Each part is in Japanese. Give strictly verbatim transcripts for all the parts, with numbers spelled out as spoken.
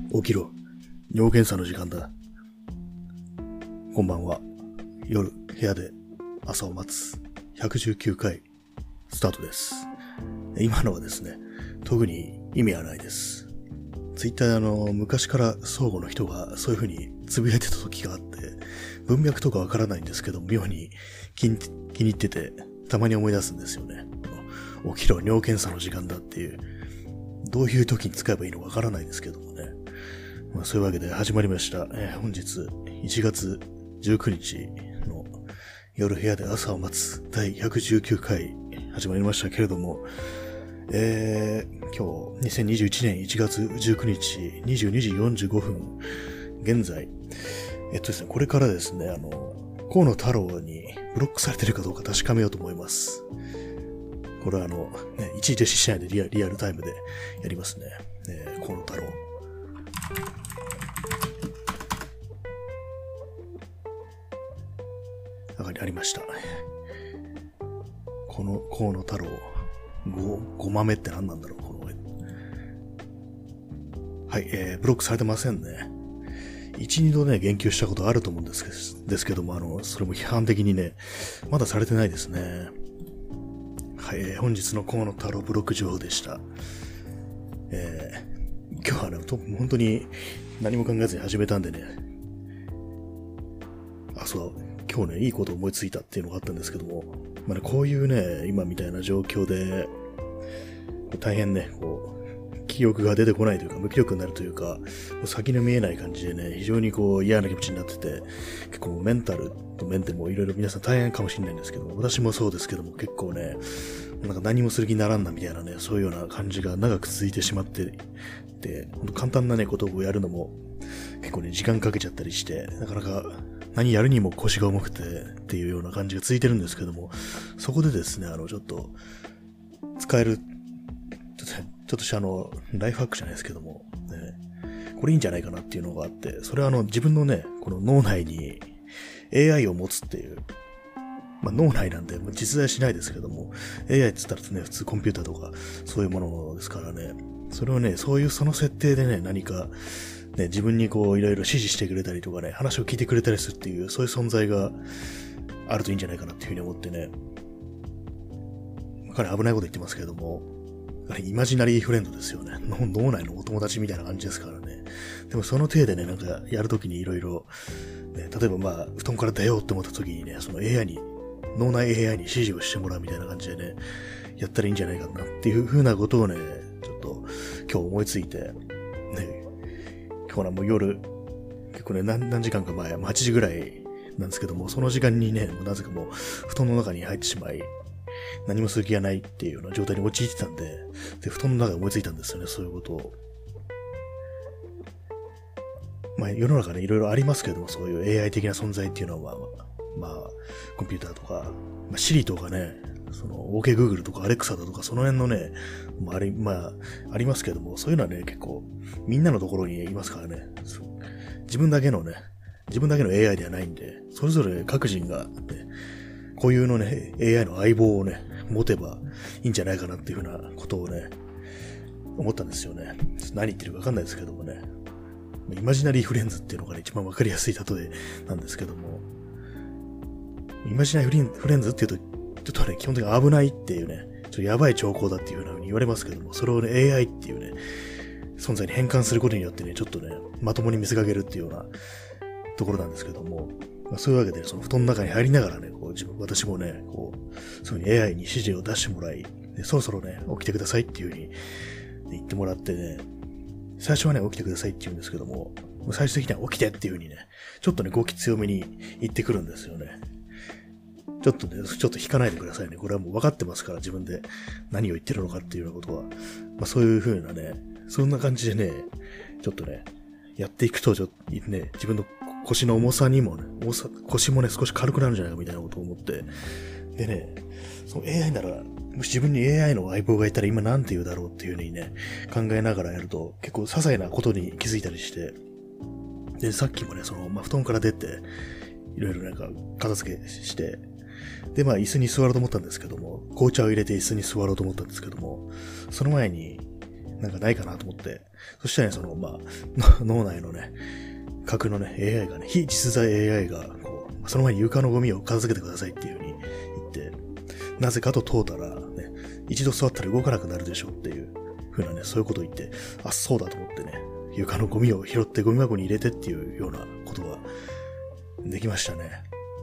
起きろ。尿検査の時間だ。こんばんは。夜、部屋で朝を待つひゃくじゅうきゅうかいスタートです。今のはですね、特に意味はないです。ツイッターであの、昔から相互の人がそういう風につぶやいてた時があって、文脈とかわからないんですけど、妙に気に、気に入ってて、たまに思い出すんですよね。起きろ、尿検査の時間だっていう。どういう時に使えばいいのかわからないですけどもね。まあ、そういうわけで始まりました。えー、本日いちがつじゅうくにちの夜部屋で朝を待つだいひゃくじゅうきゅうかい始まりましたけれども、えー、今日にせんにじゅういちねんいちがつじゅうくにちにじゅうにじよんじゅうごふん現在、えっとですね、これからですね、あの、河野太郎にブロックされてるかどうか確かめようと思います。これはあの、ね、一時停止しないでリア、リアルタイムでやりますね。えー、河野太郎。中にありました。この河野太郎、ご、ご豆って何なんだろう、この。はい、えー、ブロックされてませんね。一、二度ね、言及したことあると思うんですけど、ですけども、あの、それも批判的にね、まだされてないですね。はい、えー、本日の河野太郎ブロック情報でした。えー、今日はね、と本当に何も考えずに始めたんでね、あ、そう、今日ね、いいこと思いついたっていうのがあったんですけども、まあね、こういうね、今みたいな状況で、大変ね、こう、気力が出てこないというか、無気力になるというか、先の見えない感じでね、非常にこう嫌な気持ちになってて、結構メンタルとメンテもいろいろ皆さん大変かもしれないんですけども、私もそうですけども、結構ね、なんか何もする気にならんなみたいなね、そういうような感じが長く続いてしまって、で、ほんと簡単なね、ことをやるのも、結構ね、時間かけちゃったりして、なかなか何やるにも腰が重くてっていうような感じが続いてるんですけども、そこでですね、あの、ちょっと、使える、ちょっと、ちょっとしたあの、ライフハックじゃないですけども、ね、これいいんじゃないかなっていうのがあって、それはあの、自分のね、この脳内に エーアイ を持つっていう、まあ、脳内なんで実在しないですけども、エーアイ って言ったらね、普通コンピューターとかそういうものですからね、それをね、そういうその設定でね、何か、ね、自分にこういろいろ指示してくれたりとかね、話を聞いてくれたりするっていう、そういう存在があるといいんじゃないかなっていうふうに思ってね、かなり危ないこと言ってますけれども、イマジナリーフレンドですよね。脳内のお友達みたいな感じですからね。でもその体でね、なんかやるときにいろいろ、例えばまあ、布団から出ようって思ったときにね、その エーアイ に、脳内 エーアイ に指示をしてもらうみたいな感じでね、やったらいいんじゃないかなっていう風なことをね、ちょっと今日思いついて、ね、今日はもう夜、結構ね、何, 何時間か前、はちじぐらいなんですけども、その時間にね、もうなぜかもう布団の中に入ってしまい、何もする気がないっていうような状態に陥ってたんで、で、布団の中で思いついたんですよね、そういうことを。まあ、世の中ね、いろいろありますけども、そういう エーアイ 的な存在っていうのは、まあ、まあ、コンピューターとか、まあ、Siri とかね、その、OK Google とか Alexa だとか、その辺のね、まあ、あり、まあ、ありますけども、そういうのはね、結構、みんなのところにいますからね、自分だけのね、自分だけの エーアイ ではないんで、それぞれ各人が、ね、固有のね、エーアイ の相棒をね、持てばいいんじゃないかなっていうふうなことをね、思ったんですよね。何言ってるかわかんないですけどもね。イマジナリーフレンズっていうのがね、一番わかりやすい例えなんですけども。イマジナリーフレンズっていうと、ちょっとね、基本的に危ないっていうね、ちょっとやばい兆候だっていうふうに言われますけども、それをね、エーアイ っていうね、存在に変換することによってね、ちょっとね、まともに見せかけるっていうようなところなんですけども、まあ、そういうわけで、その布団の中に入りながらね、こう自分、私もね、こう、そういうに エーアイ に指示を出してもらい、でそろそろね、起きてくださいっていう風に言ってもらってね、最初はね、起きてくださいって言うんですけども、最終的には起きてっていう風にね、ちょっとね、語気強めに言ってくるんですよね。ちょっとね、ちょっと引かないでくださいね。これはもう分かってますから、自分で何を言ってるのかっていうようなことは。まあそういう風なね、そんな感じでね、ちょっとね、やっていくと、ちょっとね、自分の腰の重さにもね、重さ、腰もね、少し軽くなるんじゃないかみたいなことを思って、でね、その エーアイ なら、もし自分に エーアイ の相棒がいたら今なんて言うだろうっていう風にね、考えながらやると、結構些細なことに気づいたりして、で、さっきもね、その、まあ、布団から出て、いろいろなんか、片付けして、で、まあ、椅子に座ろうと思ったんですけども、紅茶を入れて椅子に座ろうと思ったんですけども、その前に、 なんかないかなと思って、そしたらね、その、まあ、脳内のね、架空のね、エーアイ がね、非実在 エーアイ が、こう、その前に床のゴミを片付けてくださいっていう風に言って、なぜかと問うたら、ね、一度座ったら動かなくなるでしょっていう風なね、そういうことを言って、あ、そうだと思ってね、床のゴミを拾ってゴミ箱に入れてっていうようなことができましたね。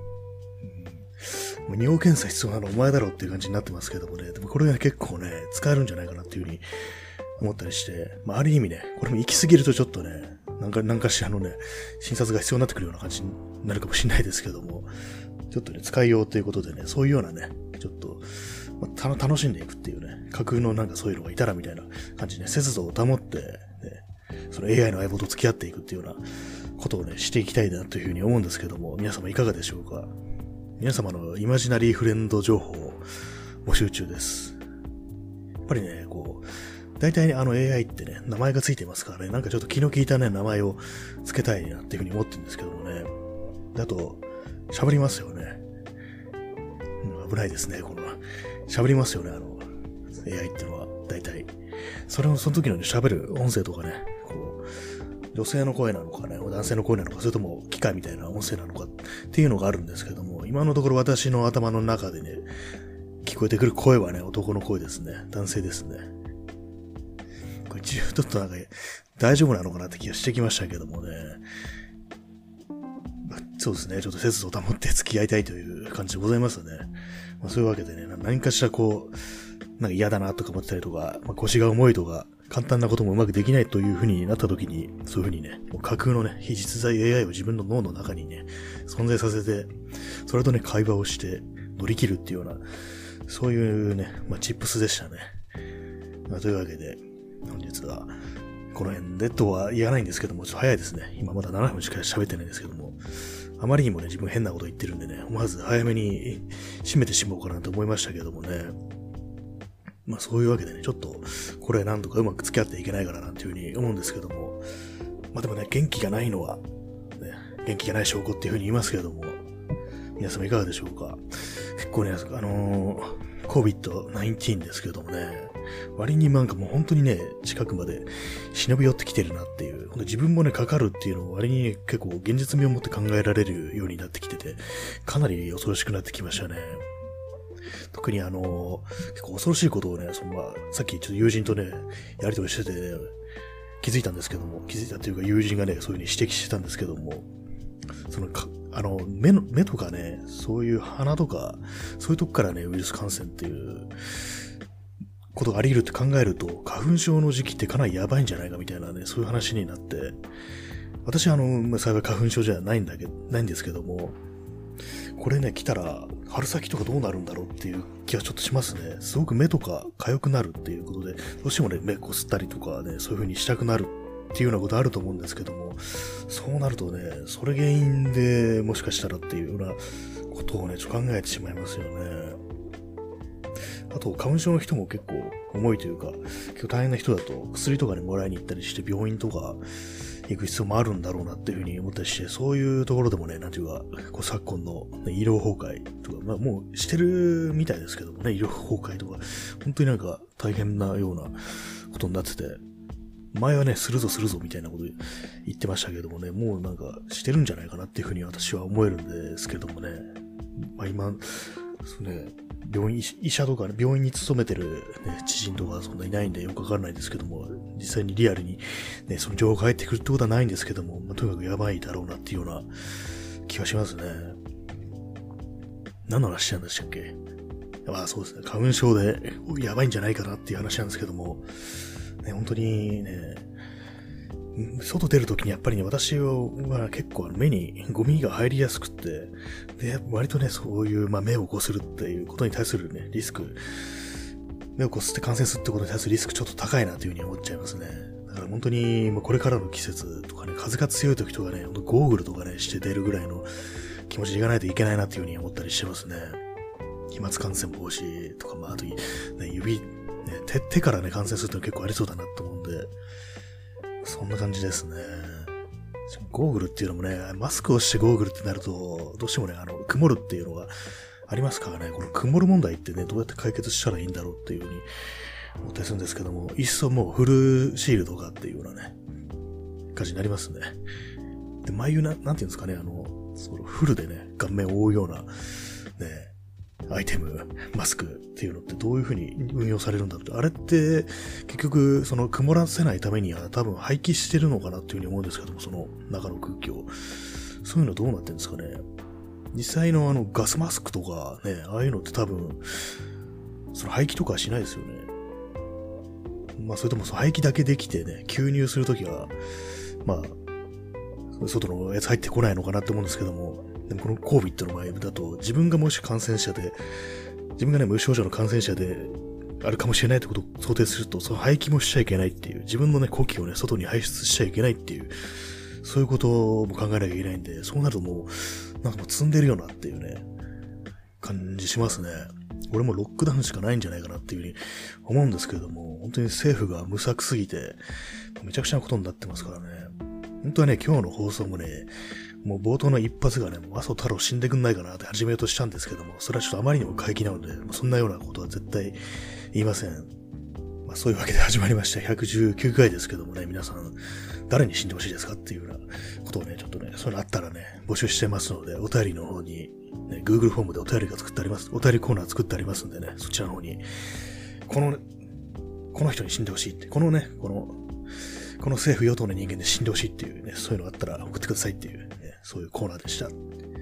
うん、尿検査必要なのお前だろうっていう感じになってますけどもね、でもこれが結構ね、使えるんじゃないかなっていう風に思ったりして、まあ、ある意味ね、これも行き過ぎるとちょっとね、なんか、なんかしらのね、診察が必要になってくるような感じになるかもしれないですけども、ちょっとね、使いようということでね、そういうようなね、ちょっと、まあ、楽しんでいくっていうね、架空のなんかそういうのがいたらみたいな感じでね、節度を保って、ね、その エーアイ の相棒と付き合っていくっていうようなことをね、していきたいなというふうに思うんですけども、皆様いかがでしょうか？皆様のイマジナリーフレンド情報を募集中です。やっぱりね、こう、大体ね、あの エーアイ ってね、名前がついてますからね、なんかちょっと気の利いたね、名前を付けたいなっていうふうに思ってるんですけどもね。あと、喋りますよね。うん、危ないですね、この、喋りますよね、あの、エーアイ っていうのは、大体。それを、その時のね、喋る音声とかね、こう、女性の声なのかね、男性の声なのか、それとも機械みたいな音声なのかっていうのがあるんですけども、今のところ私の頭の中でね、聞こえてくる声はね、男の声ですね。男性ですね。これちょっとなんか大丈夫なのかなって気がしてきましたけどもね。そうですね。ちょっと節度を保って付き合いたいという感じでございますね。まあ、そういうわけでね、何かしらこう、なんか嫌だなとか思ってたりとか、まあ、腰が重いとか、簡単なこともうまくできないという風になった時に、そういう風にね、もう架空のね、非実在 エーアイ を自分の脳の中にね、存在させて、それとね、会話をして乗り切るっていうような、そういうね、まあ、チップスでしたね。まあ、というわけで、本日は、この辺でとは言わないんですけども、ちょっと早いですね。今まだななふんしか喋ってないんですけども、あまりにもね、自分変なこと言ってるんでね、まず早めに締めてしまおうかなと思いましたけどもね。まあそういうわけでね、ちょっと、これなんとかうまく付き合っていけないからなっていうふうに思うんですけども、まあでもね、元気がないのは、ね、元気がない証拠っていうふうに言いますけども、皆様いかがでしょうか？結構ね、あのー、コビッドナインティーン ですけどもね、割になんかもう本当にね、近くまで忍び寄ってきてるなっていう、自分もね、かかるっていうのを割に結構現実味を持って考えられるようになってきてて、かなり恐ろしくなってきましたね。特にあの、結構恐ろしいことをね、そのまあ、さっきちょっと友人とね、やりとりしてて、気づいたんですけども、気づいたというか友人がね、そういう風に指摘してたんですけども、そのか、あの、目の、目とかね、そういう鼻とか、そういうとこからね、ウイルス感染っていう、ことがあり得るって考えると、花粉症の時期ってかなりやばいんじゃないかみたいなね、そういう話になって、私はあの、幸い花粉症じゃないんだけど、ないんですけども、これね、来たら、春先とかどうなるんだろうっていう気がちょっとしますね。すごく目とか痒くなるっていうことで、どうしてもね、目こすったりとかね、そういう風にしたくなるっていうようなことあると思うんですけども、そうなるとね、それ原因でもしかしたらっていうようなことをね、ちょっと考えてしまいますよね。あと、花粉症の人も結構重いというか、結構大変な人だと薬とかね、もらいに行ったりして病院とか行く必要もあるんだろうなっていうふうに思ったりして、そういうところでもね、なんていうか、こう昨今の、ね、医療崩壊とか、まあもうしてるみたいですけどもね、医療崩壊とか、本当になんか大変なようなことになってて、前はね、するぞするぞみたいなこと言ってましたけどもね、もうなんかしてるんじゃないかなっていうふうに私は思えるんですけどもね、まあ今、そうね、病院、医者とかね、病院に勤めてる、ね、知人とかそんないないんでよくわかんないですけども、実際にリアルにね、その情報が入ってくるってことはないんですけども、まあ、とにかくやばいだろうなっていうような気がしますね。何の話したんでしたっけ？まあそうですね、花粉症でやばいんじゃないかなっていう話なんですけども、ね、本当にね、外出るときにやっぱりね、私は結構目にゴミが入りやすくって、で、割とね、そういう、まあ、目をこするっていうことに対するね、リスク、目をこすって感染するってことに対するリスクちょっと高いなというふうに思っちゃいますね。だから本当に、まあ、これからの季節とかね、風が強いときとかね、ゴーグルとかね、して出るぐらいの気持ちでいかないといけないなっていうふうに思ったりしてますね。飛沫感染防止とか、まあ、あと、ね、指、ね、手、手からね、感染するっての結構ありそうだなと思うんで、そんな感じですね。ゴーグルっていうのもね、マスクをしてゴーグルってなると、どうしてもね、あの、曇るっていうのがありますからね、この曇る問題ってね、どうやって解決したらいいんだろうっていうふうに思ったりするんですけども、いっそもうフルシールドかっていうようなね、感じになりますね。で、眉な、なんていうんですかね、あの、そのフルでね、顔面を覆うような、ね、アイテム、マスクっていうのってどういう風に運用されるんだって、あれって結局その曇らせないためには多分廃棄してるのかなっていう風に思うんですけども、その中の空気を。そういうのどうなってるんですかね。実際のあのガスマスクとかね、ああいうのって多分、その廃棄とかはしないですよね。まあそれともその廃棄だけできてね、吸入するときは、まあ、外のやつ入ってこないのかなって思うんですけども、でもこの コービッド の場合だと、自分がもし感染者で、自分がね、無症状の感染者であるかもしれないってことを想定すると、その廃棄もしちゃいけないっていう、自分のね、呼気をね、外に排出しちゃいけないっていう、そういうことも考えなきゃいけないんで、そうなるともう、なんかもう積んでるよなっていうね、感じしますね。俺もロックダウンしかないんじゃないかなっていうふうに思うんですけれども、本当に政府が無策すぎて、めちゃくちゃなことになってますからね。本当はね、今日の放送もね、もう冒頭の一発がね、もう麻生太郎死んでくんないかなって始めようとしたんですけども、それはちょっとあまりにも過激なので、そんなようなことは絶対言いません。まあそういうわけで始まりました。ひゃくじゅうきゅうかいですけどもね、皆さん、誰に死んでほしいですかっていうようなことをね、ちょっとね、そういうのあったらね、募集してますので、お便りの方に、ね、Google フォームでお便りが作ってあります。お便りコーナー作ってありますんでね、そちらの方に、この、この人に死んでほしいって、このね、この、この政府与党の人間で死んでほしいっていうね、そういうのがあったら送ってくださいっていう、ね、そういうコーナーでした。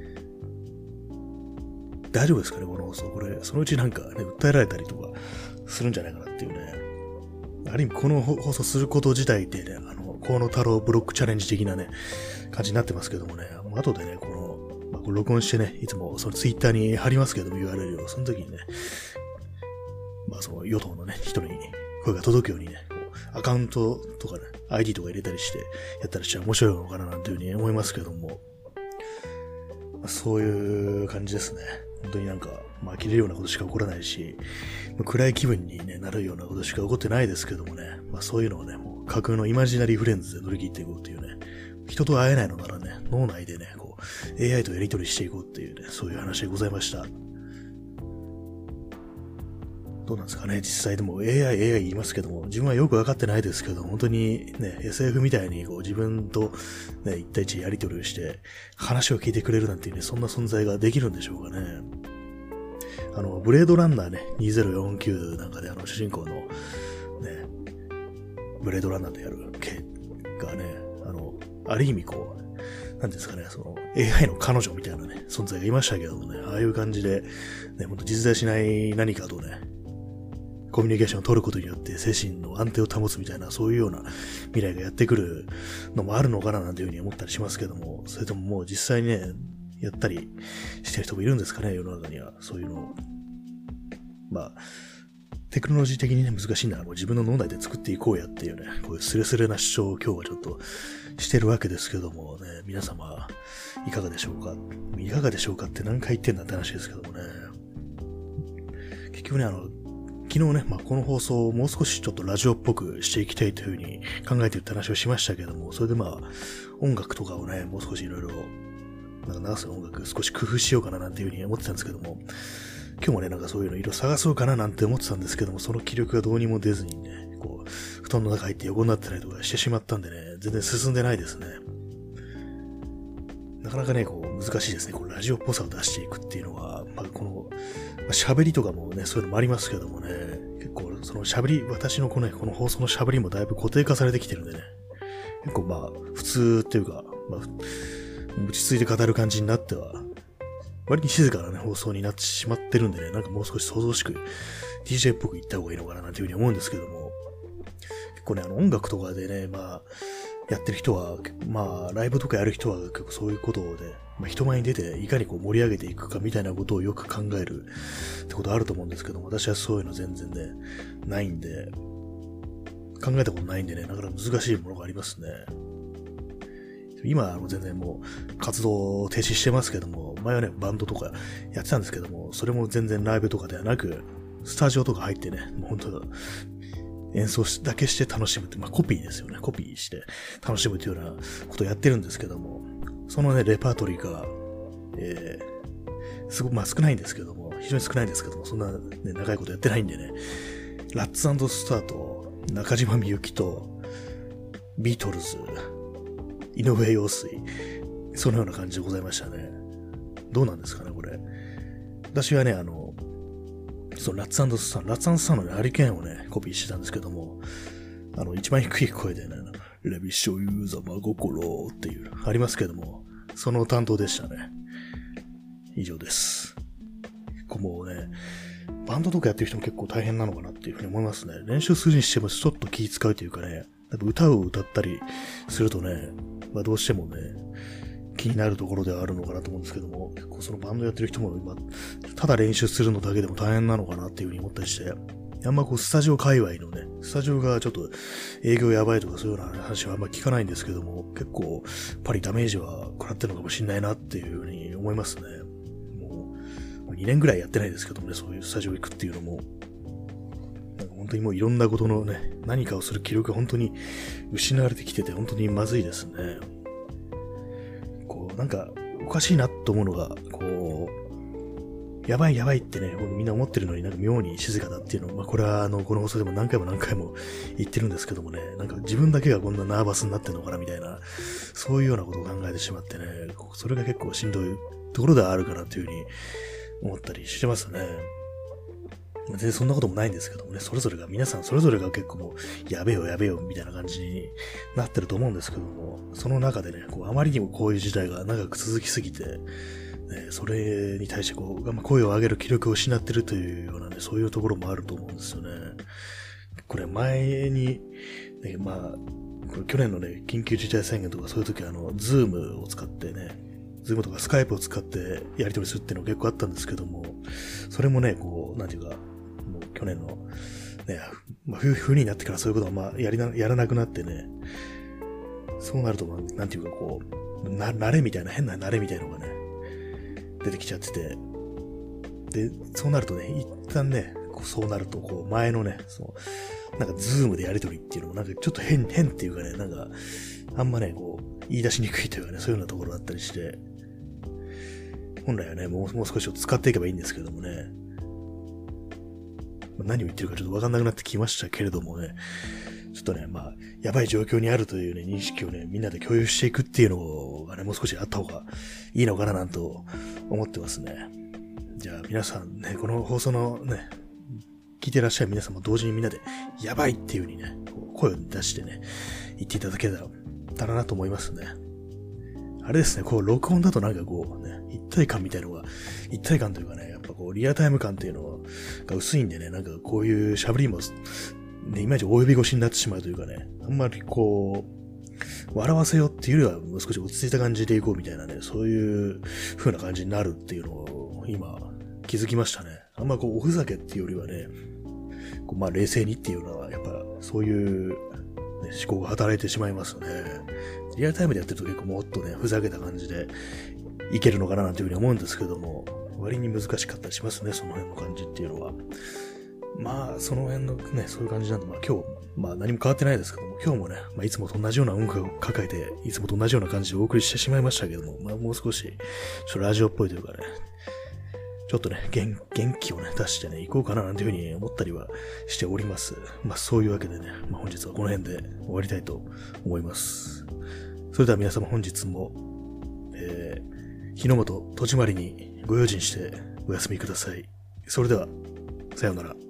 大丈夫ですかね、この放送。これ、そのうちなんかね、訴えられたりとかするんじゃないかなっていうね。ある意味、この放送すること自体でね、あの、河野太郎ブロックチャレンジ的なね、感じになってますけどもね、もう後でね、この、まあ、これ録音してね、いつもそのツイッターに貼りますけども ユーアールエル を、その時にね、まあその与党のね、人に声が届くようにね、アカウントとかね、アイディー とか入れたりしてやったりしたら面白いのかななんていうふうに思いますけども、まあ、そういう感じですね。本当になんか、まあ、呆れるようなことしか起こらないし、暗い気分に、ね、なるようなことしか起こってないですけどもね、まあそういうのをね、もう架空のイマジナリーフレンズで乗り切っていこうっていうね、人と会えないのならね、脳内でね、こう、エーアイ とやり取りしていこうっていうね、そういう話でございました。どうなんですかね、実際でも エーアイ、エーアイ 言いますけども、自分はよくわかってないですけど、本当にね、エスエフ みたいにこう自分とね、一対一やり取りをして、話を聞いてくれるなんていうね、そんな存在ができるんでしょうかね。あの、ブレードランナーね、にせんよんじゅうきゅうなんかであの主人公のね、ブレードランナーでやる系がね、あの、ある意味こう、なんですかね、その エーアイ の彼女みたいなね、存在がいましたけどもね、ああいう感じで、ね、ほんと実在しない何かとね、コミュニケーションを取ることによって精神の安定を保つみたいな、そういうような未来がやってくるのもあるのかななんていうふうに思ったりしますけども、それとももう実際にね、やったりしてる人もいるんですかね、世の中には。そういうのを。まあ、テクノロジー的にね、難しいならもう自分の脳内で作っていこうやっていうね、こういうスレスレな主張を今日はちょっとしてるわけですけどもね、皆様、いかがでしょうか。いかがでしょうかって何回言ってんだって話ですけどもね。結局ね、あの、昨日ね、まあ、この放送をもう少しちょっとラジオっぽくしていきたいというふうに考えているって話をしましたけども、それでまあ、音楽とかをね、もう少しいろいろ、なんか流す音楽少し工夫しようかななんていうふうに思ってたんですけども、今日もね、なんかそういうの色探そうかななんて思ってたんですけども、その気力がどうにも出ずにね、こう、布団の中入って横になってたりとかしてしまったんでね、全然進んでないですね。なかなかね、こう、難しいですね。こう、ラジオっぽさを出していくっていうのは、まあ、この、まあ、喋りとかもね、そういうのもありますけどもね、結構、その喋り、私のこのね、この放送の喋りもだいぶ固定化されてきてるんでね、結構まあ、普通っていうか、まあ、落ち着いて語る感じになっては、割に静かなね、放送になってしまってるんでね、なんかもう少し想像しく ディージェー っぽく言った方がいいのかななんていうふうに思うんですけども、結構ね、あの音楽とかでね、まあ、やってる人は、まあ、ライブとかやる人は結構そういうことで、まあ、人前に出ていかにこう盛り上げていくかみたいなことをよく考えるってことあると思うんですけども、私はそういうの全然ね、ないんで、考えたことないんでね、なかなか難しいものがありますね。今、あの、全然もう、活動を停止してますけども、前はね、バンドとかやってたんですけども、それも全然ライブとかではなく、スタジオとか入ってね、もう本当演奏だけして楽しむって、まあコピーですよね。コピーして楽しむというようなことをやってるんですけども、そのね、レパートリーが、えー、すごく、まあ少ないんですけども、非常に少ないんですけども、そんなね、長いことやってないんでね、 ラッツ&スターと中島みゆきとビートルズ、井上陽水、そのような感じでございましたね。どうなんですかね、これ。私はね、あの、そのラッツ&スター、ラッツ&スターのね、ハリケーンをね、コピーしてたんですけども、あの、一番低い声でね、レビショユーザマ心っていう、ありますけども、その担当でしたね。以上です。こうもうね、バンドとかやってる人も結構大変なのかなっていうふうに思いますね。練習するにしてもちょっと気使うというかね、歌を歌ったりするとね、まあどうしてもね、気になるところではあるのかなと思うんですけども、結構そのバンドやってる人も今、ただ練習するのだけでも大変なのかなっていうふうに思ったりして、あんまこうスタジオ界隈のね、スタジオがちょっと営業やばいとかそういうような話はあんま聞かないんですけども、結構やっぱりダメージは食らってるのかもしれないなっていうふうに思いますね。もうにねんぐらいやってないですけどもね、そういうスタジオ行くっていうのも、なんか本当にもういろんなことのね、何かをする気力が本当に失われてきてて本当にまずいですね。こうなんかおかしいなと思うのが、こう、やばいやばいってね、みんな思ってるのになんか妙に静かだっていうのを、まあこれはあの、この放送でも何回も何回も言ってるんですけどもね、なんか自分だけがこんなナーバスになってるのかなみたいな、そういうようなことを考えてしまってね、それが結構しんどいところではあるかなというふうに思ったりしてますね。全然そんなこともないんですけどもね、それぞれが、皆さんそれぞれが結構もう、やべえよやべえよみたいな感じになってると思うんですけども、その中でね、こうあまりにもこういう時代が長く続きすぎて、ね、それに対してこう、声を上げる気力を失ってるというようなね、そういうところもあると思うんですよね。これ前に、ね、まあ、これ去年のね、緊急事態宣言とかそういう時はあの、ズームを使ってね、ズームとかスカイプを使ってやり取りするっていうのが結構あったんですけども、それもね、こう、なんていうか、もう去年の、ね、まあ、冬になってからそういうことはまあ、やりな、やらなくなってね、そうなると、なんていうかこう、な、慣れみたいな、変な慣れみたいなのがね、出てきちゃってて、で、そうなるとね、一旦ね、こうそうなると、こう、前のね、その、なんか、ズームでやりとりっていうのも、なんか、ちょっと変、変っていうかね、なんか、あんまね、こう、言い出しにくいというかね、そういうようなところだったりして、本来はね、もう、もう少し使っていけばいいんですけどもね、何を言ってるかちょっとわかんなくなってきましたけれどもね、ちょっとね、まあ、やばい状況にあるというね、認識をね、みんなで共有していくっていうのがね、もう少しあった方がいいのかななんと思ってますね。じゃあ皆さんね、この放送のね、聞いてらっしゃる皆さんも同時にみんなで、やばいっていう風にね、声を出してね、言っていただけたらなと思いますね。あれですね、こう、録音だとなんかこう、ね、一体感みたいのが、一体感というかね、やっぱこう、リアルタイム感っていうのが薄いんでね、なんかこういう喋りも、ね、いまいちお呼び越しになってしまうというかね、あんまりこう、笑わせようっていうよりはもう少し落ち着いた感じでいこうみたいなね、そういう風な感じになるっていうのを今気づきましたね。あんまこうおふざけっていうよりはね、こうまあ冷静にっていうのはやっぱそういう、ね、思考が働いてしまいますよね。リアルタイムでやってると結構もっとね、ふざけた感じでいけるのかななんていう風に思うんですけども、割に難しかったりしますね、その辺の感じっていうのは。まあ、その辺のね、そういう感じなんで、まあ今日、まあ何も変わってないですけども、今日もね、まあいつもと同じような音楽を抱えて、いつもと同じような感じでお送りしてしまいましたけども、まあもう少し、ちょっとラジオっぽいというかね、ちょっとね、元、元気をね、出してね、行こうかななんていうふうに思ったりはしております。まあそういうわけでね、まあ本日はこの辺で終わりたいと思います。それでは皆様本日も、えー、日の本戸締まりにご用心してお休みください。それでは、さようなら。